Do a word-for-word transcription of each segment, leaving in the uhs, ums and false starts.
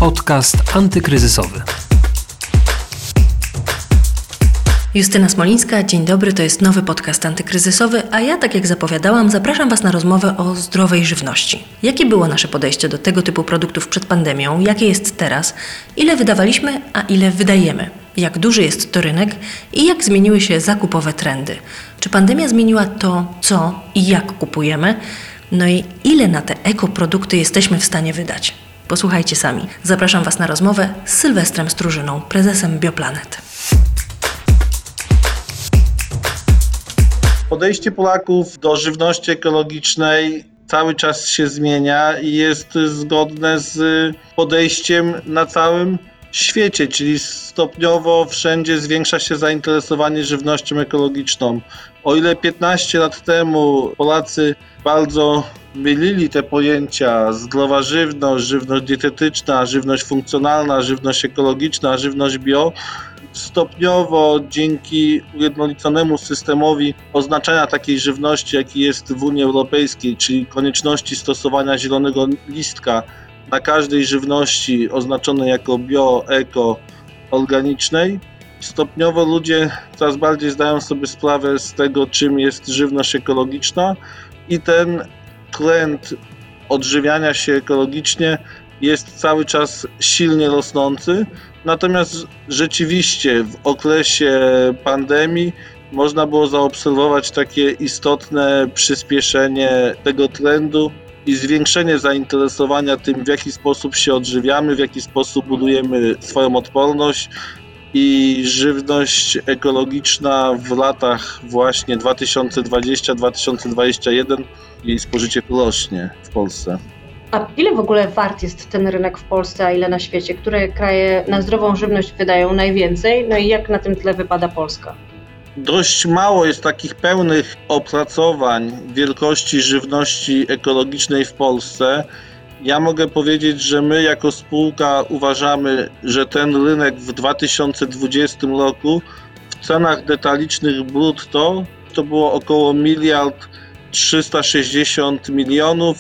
Podcast antykryzysowy. Justyna Smolińska, dzień dobry, to jest nowy podcast antykryzysowy, a ja, tak jak zapowiadałam, zapraszam Was na rozmowę o zdrowej żywności. Jakie było nasze podejście do tego typu produktów przed pandemią, jakie jest teraz, ile wydawaliśmy, a ile wydajemy, jak duży jest to rynek i jak zmieniły się zakupowe trendy. Czy pandemia zmieniła to, co i jak kupujemy? No i ile na te ekoprodukty jesteśmy w stanie wydać? Posłuchajcie sami. Zapraszam Was na rozmowę z Sylwestrem Strużyną, prezesem Bioplanet. Podejście Polaków do żywności ekologicznej cały czas się zmienia i jest zgodne z podejściem na całym świecie, czyli stopniowo wszędzie zwiększa się zainteresowanie żywnością ekologiczną. O ile piętnaście lat temu Polacy bardzo mylili te pojęcia: zdrowa żywność, żywność dietetyczna, żywność funkcjonalna, żywność ekologiczna, żywność bio, stopniowo dzięki ujednoliconemu systemowi oznaczania takiej żywności, jaki jest w Unii Europejskiej, czyli konieczności stosowania zielonego listka na każdej żywności oznaczonej jako bio, eko, organicznej, stopniowo ludzie coraz bardziej zdają sobie sprawę z tego, czym jest żywność ekologiczna, i ten trend odżywiania się ekologicznie jest cały czas silnie rosnący. Natomiast rzeczywiście w okresie pandemii można było zaobserwować takie istotne przyspieszenie tego trendu i zwiększenie zainteresowania tym, w jaki sposób się odżywiamy, w jaki sposób budujemy swoją odporność, i żywność ekologiczna w latach właśnie dwa tysiące dwudziesty do dwa tysiące dwudziestego pierwszego jej spożycie rośnie w Polsce. A ile w ogóle wart jest ten rynek w Polsce, a ile na świecie? Które kraje na zdrową żywność wydają najwięcej? No i jak na tym tle wypada Polska? Dość mało jest takich pełnych opracowań wielkości żywności ekologicznej w Polsce. Ja mogę powiedzieć, że my jako spółka uważamy, że ten rynek w dwa tysiące dwudziestym roku w cenach detalicznych brutto to było około miliard trzysta sześćdziesiąt milionów.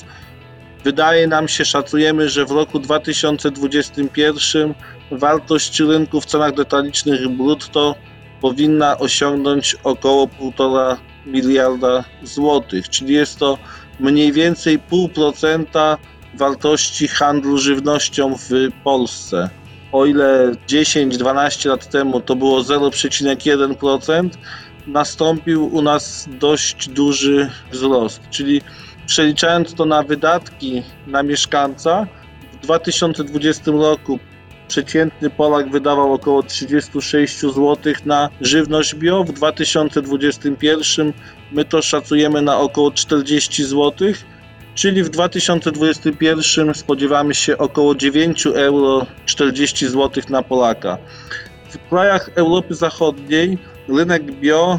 Wydaje nam się, szacujemy, że w roku dwa tysiące dwudziestym pierwszym wartość rynku w cenach detalicznych brutto powinna osiągnąć około półtora miliarda złotych, czyli jest to mniej więcej pół procenta wartości handlu żywnością w Polsce. O ile dziesięć dwanaście lat temu to było zero przecinek jeden procent, nastąpił u nas dość duży wzrost, czyli przeliczając to na wydatki na mieszkańca, w dwa tysiące dwudziestym roku przeciętny Polak wydawał około trzydzieści sześć złotych na żywność bio, w dwa tysiące dwudziestym pierwszym my to szacujemy na około czterdzieści złotych, czyli w dwa tysiące dwudziestym pierwszym spodziewamy się około dziewięć euro czterdzieści złotych na Polaka. W krajach Europy Zachodniej rynek bio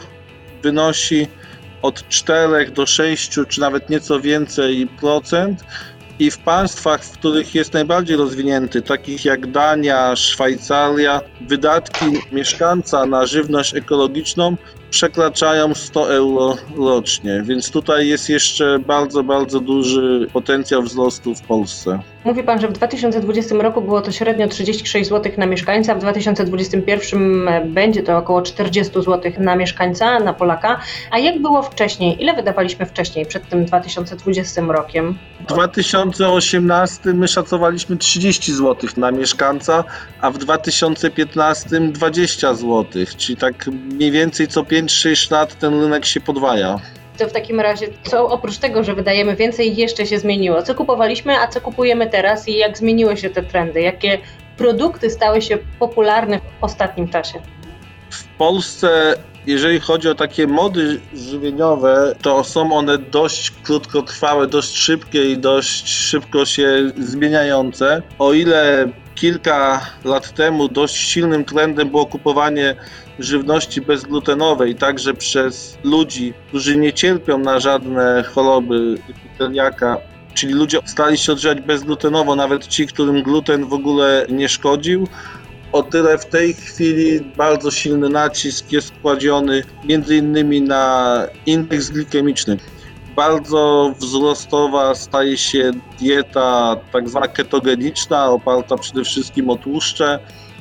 wynosi od czterech do sześciu, czy nawet nieco więcej procent, i w państwach, w których jest najbardziej rozwinięty, takich jak Dania, Szwajcaria, wydatki mieszkańca na żywność ekologiczną przekraczają sto euro rocznie, więc tutaj jest jeszcze bardzo, bardzo duży potencjał wzrostu w Polsce. Mówi Pan, że w dwa tysiące dwudziestym roku było to średnio trzydzieści sześć złotych na mieszkańca, w dwa tysiące dwudziestym pierwszym będzie to około czterdzieści złotych na mieszkańca, na Polaka. A jak było wcześniej? Ile wydawaliśmy wcześniej, przed tym dwa tysiące dwudziestym rokiem? W dwa tysiące osiemnastym my szacowaliśmy trzydzieści złotych na mieszkańca, a w dwa tysiące piętnastym dwadzieścia złotych, czyli tak mniej więcej co pięć sześć lat ten rynek się podwaja. To w takim razie, co oprócz tego, że wydajemy więcej, jeszcze się zmieniło? Co kupowaliśmy, a co kupujemy teraz i jak zmieniły się te trendy? Jakie produkty stały się popularne w ostatnim czasie? W Polsce, jeżeli chodzi o takie mody żywieniowe, to są one dość krótkotrwałe, dość szybkie i dość szybko się zmieniające. O ile kilka lat temu dość silnym trendem było kupowanie żywności bezglutenowej, także przez ludzi, którzy nie cierpią na żadne choroby typu celiaka, czyli ludzie stali się odżywiać bezglutenowo, nawet ci, którym gluten w ogóle nie szkodził. O tyle w tej chwili bardzo silny nacisk jest kładziony między innymi na indeks glikemiczny. Bardzo wzrostowa staje się dieta tak zwana ketogeniczna, oparta przede wszystkim o tłuszcze.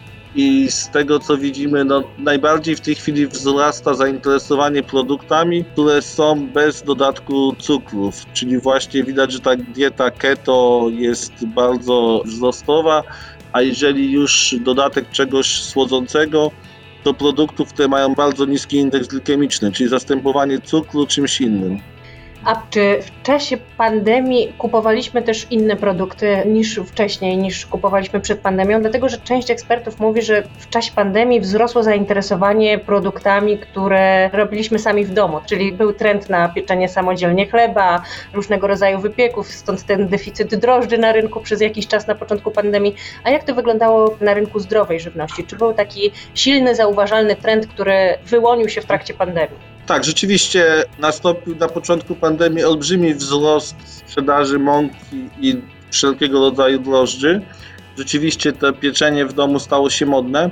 I z tego co widzimy, no, najbardziej w tej chwili wzrasta zainteresowanie produktami, które są bez dodatku cukrów, czyli właśnie widać, że ta dieta keto jest bardzo wzrostowa, a jeżeli już dodatek czegoś słodzącego, to produktów, które mają bardzo niski indeks glikemiczny, czyli zastępowanie cukru czymś innym. A czy w czasie pandemii kupowaliśmy też inne produkty niż wcześniej, niż kupowaliśmy przed pandemią? Dlatego, że część ekspertów mówi, że w czasie pandemii wzrosło zainteresowanie produktami, które robiliśmy sami w domu, czyli był trend na pieczenie samodzielnie chleba, różnego rodzaju wypieków, stąd ten deficyt drożdży na rynku przez jakiś czas na początku pandemii. A jak to wyglądało na rynku zdrowej żywności? Czy był taki silny, zauważalny trend, który wyłonił się w trakcie pandemii? Tak, rzeczywiście nastąpił na początku pandemii olbrzymi wzrost sprzedaży mąki i wszelkiego rodzaju drożdży. Rzeczywiście to pieczenie w domu stało się modne.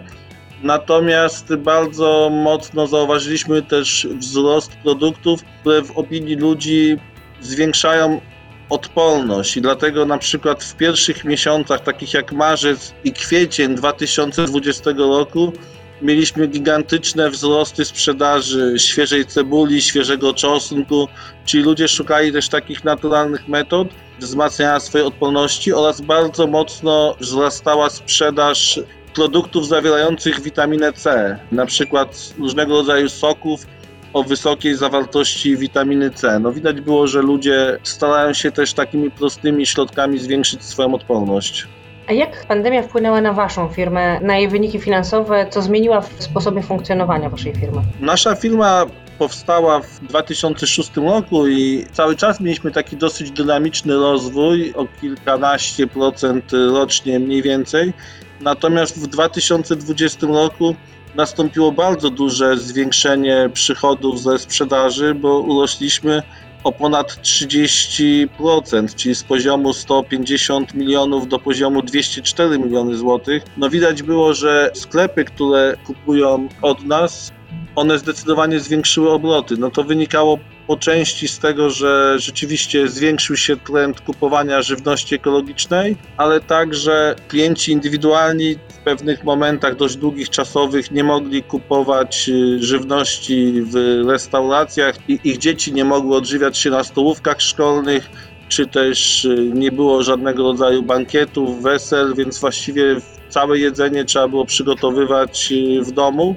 Natomiast bardzo mocno zauważyliśmy też wzrost produktów, które w opinii ludzi zwiększają odporność i dlatego na przykład w pierwszych miesiącach, takich jak marzec i kwiecień dwa tysiące dwudziestego roku, mieliśmy gigantyczne wzrosty sprzedaży świeżej cebuli, świeżego czosnku, czyli ludzie szukali też takich naturalnych metod wzmacniania swojej odporności oraz bardzo mocno wzrastała sprzedaż produktów zawierających witaminę C, na przykład różnego rodzaju soków o wysokiej zawartości witaminy C. No widać było, że ludzie starają się też takimi prostymi środkami zwiększyć swoją odporność. A jak pandemia wpłynęła na Waszą firmę, na jej wyniki finansowe, co zmieniła w sposobie funkcjonowania Waszej firmy? Nasza firma powstała w dwa tysiące szóstym roku i cały czas mieliśmy taki dosyć dynamiczny rozwój, o kilkanaście procent rocznie mniej więcej. Natomiast w dwa tysiące dwudziestym roku nastąpiło bardzo duże zwiększenie przychodów ze sprzedaży, bo urośliśmy o ponad trzydzieści procent, czyli z poziomu sto pięćdziesiąt milionów do poziomu dwieście cztery miliony złotych. No widać było, że sklepy, które kupują od nas, one zdecydowanie zwiększyły obroty. No to wynikało po części z tego, że rzeczywiście zwiększył się trend kupowania żywności ekologicznej, ale także klienci indywidualni w pewnych momentach dość długich czasowych nie mogli kupować żywności w restauracjach i ich dzieci nie mogły odżywiać się na stołówkach szkolnych, czy też nie było żadnego rodzaju bankietów, wesel, więc właściwie całe jedzenie trzeba było przygotowywać w domu,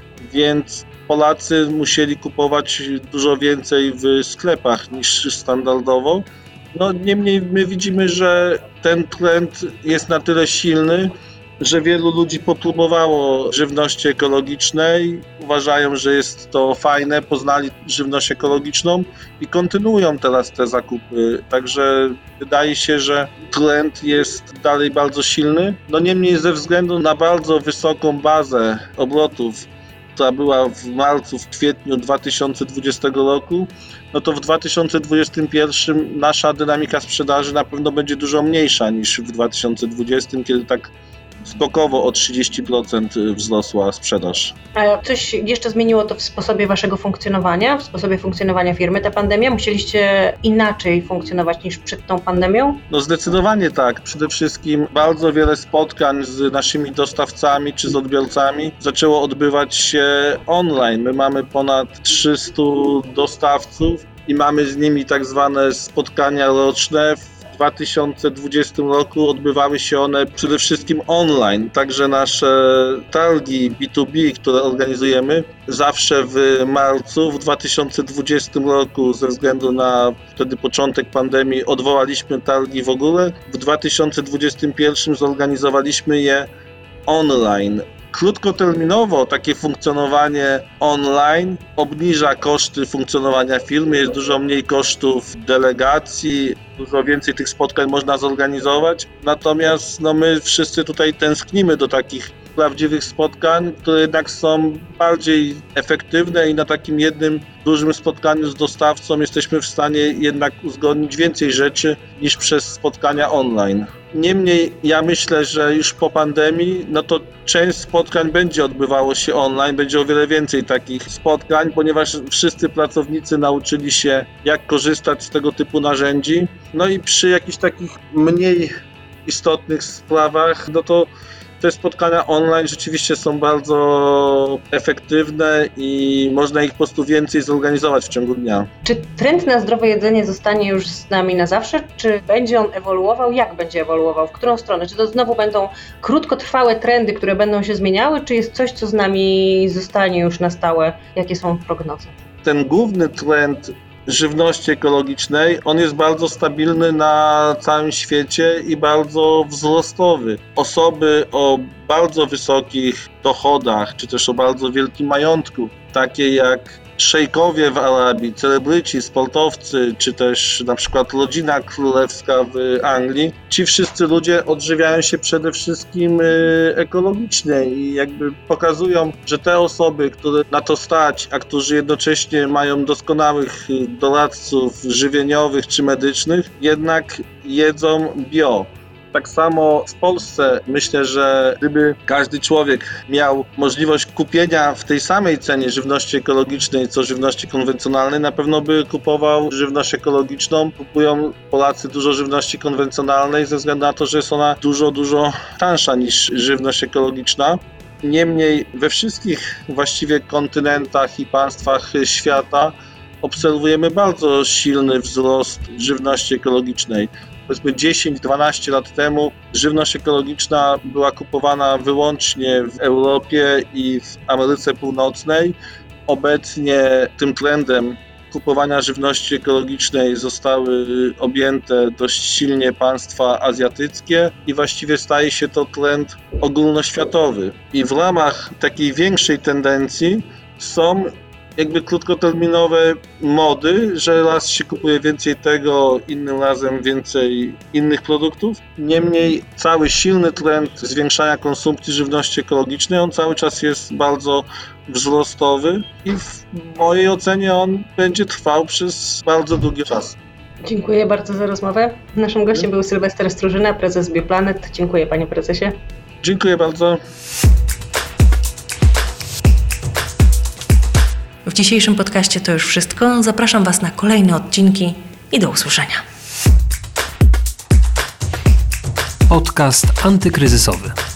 więc Polacy musieli kupować dużo więcej w sklepach niż standardowo. No, niemniej my widzimy, że ten trend jest na tyle silny, że wielu ludzi popróbowało żywności ekologicznej, uważają, że jest to fajne, poznali żywność ekologiczną i kontynuują teraz te zakupy. Także wydaje się, że trend jest dalej bardzo silny. No niemniej ze względu na bardzo wysoką bazę obrotów, która była w marcu, w kwietniu dwa tysiące dwudziestego roku, no to w dwa tysiące dwudziestym pierwszym nasza dynamika sprzedaży na pewno będzie dużo mniejsza niż w dwa tysiące dwudziestym, kiedy tak skokowo o trzydzieści procent wzrosła sprzedaż. A coś jeszcze zmieniło to w sposobie Waszego funkcjonowania, w sposobie funkcjonowania firmy ta pandemia? Musieliście inaczej funkcjonować niż przed tą pandemią? No zdecydowanie tak. Przede wszystkim bardzo wiele spotkań z naszymi dostawcami czy z odbiorcami zaczęło odbywać się online. My mamy ponad trzystu dostawców i mamy z nimi tak zwane spotkania roczne. W dwa tysiące dwudziestym roku odbywały się one przede wszystkim online, także nasze targi B dwa B, które organizujemy zawsze w marcu. W dwa tysiące dwudziestym roku ze względu na wtedy początek pandemii odwołaliśmy targi w ogóle. W dwa tysiące dwudziestym pierwszym zorganizowaliśmy je online. Krótkoterminowo takie funkcjonowanie online obniża koszty funkcjonowania firmy, jest dużo mniej kosztów delegacji, dużo więcej tych spotkań można zorganizować. Natomiast no, my wszyscy tutaj tęsknimy do takich prawdziwych spotkań, które jednak są bardziej efektywne i na takim jednym dużym spotkaniu z dostawcą jesteśmy w stanie jednak uzgodnić więcej rzeczy niż przez spotkania online. Niemniej ja myślę, że już po pandemii, no to część spotkań będzie odbywało się online, będzie o wiele więcej takich spotkań, ponieważ wszyscy pracownicy nauczyli się, jak korzystać z tego typu narzędzi. No i przy jakichś takich mniej istotnych sprawach, no to te spotkania online rzeczywiście są bardzo efektywne i można ich po prostu więcej zorganizować w ciągu dnia. Czy trend na zdrowe jedzenie zostanie już z nami na zawsze? Czy będzie on ewoluował? Jak będzie ewoluował? W którą stronę? Czy to znowu będą krótkotrwałe trendy, które będą się zmieniały? Czy jest coś, co z nami zostanie już na stałe? Jakie są prognozy? Ten główny trend żywności ekologicznej, on jest bardzo stabilny na całym świecie i bardzo wzrostowy. Osoby o bardzo wysokich dochodach, czy też o bardzo wielkim majątku, takie jak szejkowie w Arabii, celebryci, sportowcy, czy też na przykład rodzina królewska w Anglii, ci wszyscy ludzie odżywiają się przede wszystkim ekologicznie i jakby pokazują, że te osoby, które na to stać, a którzy jednocześnie mają doskonałych doradców żywieniowych czy medycznych, jednak jedzą bio. Tak samo w Polsce myślę, że gdyby każdy człowiek miał możliwość kupienia w tej samej cenie żywności ekologicznej co żywności konwencjonalnej, na pewno by kupował żywność ekologiczną. Kupują Polacy dużo żywności konwencjonalnej ze względu na to, że jest ona dużo, dużo tańsza niż żywność ekologiczna. Niemniej we wszystkich właściwie kontynentach i państwach świata obserwujemy bardzo silny wzrost żywności ekologicznej. Powiedzmy dziesięć dwanaście lat temu żywność ekologiczna była kupowana wyłącznie w Europie i w Ameryce Północnej. Obecnie tym trendem kupowania żywności ekologicznej zostały objęte dość silnie państwa azjatyckie i właściwie staje się to trend ogólnoświatowy. I w ramach takiej większej tendencji są jakby krótkoterminowe mody, że raz się kupuje więcej tego, innym razem więcej innych produktów. Niemniej cały silny trend zwiększania konsumpcji żywności ekologicznej, on cały czas jest bardzo wzrostowy i w mojej ocenie on będzie trwał przez bardzo długi czas. Dziękuję bardzo za rozmowę. Naszym gościem był Sylwester Strużyna, prezes Bioplanet. Dziękuję, panie prezesie. Dziękuję bardzo. W dzisiejszym podcaście to już wszystko. Zapraszam Was na kolejne odcinki i do usłyszenia. Podcast antykryzysowy.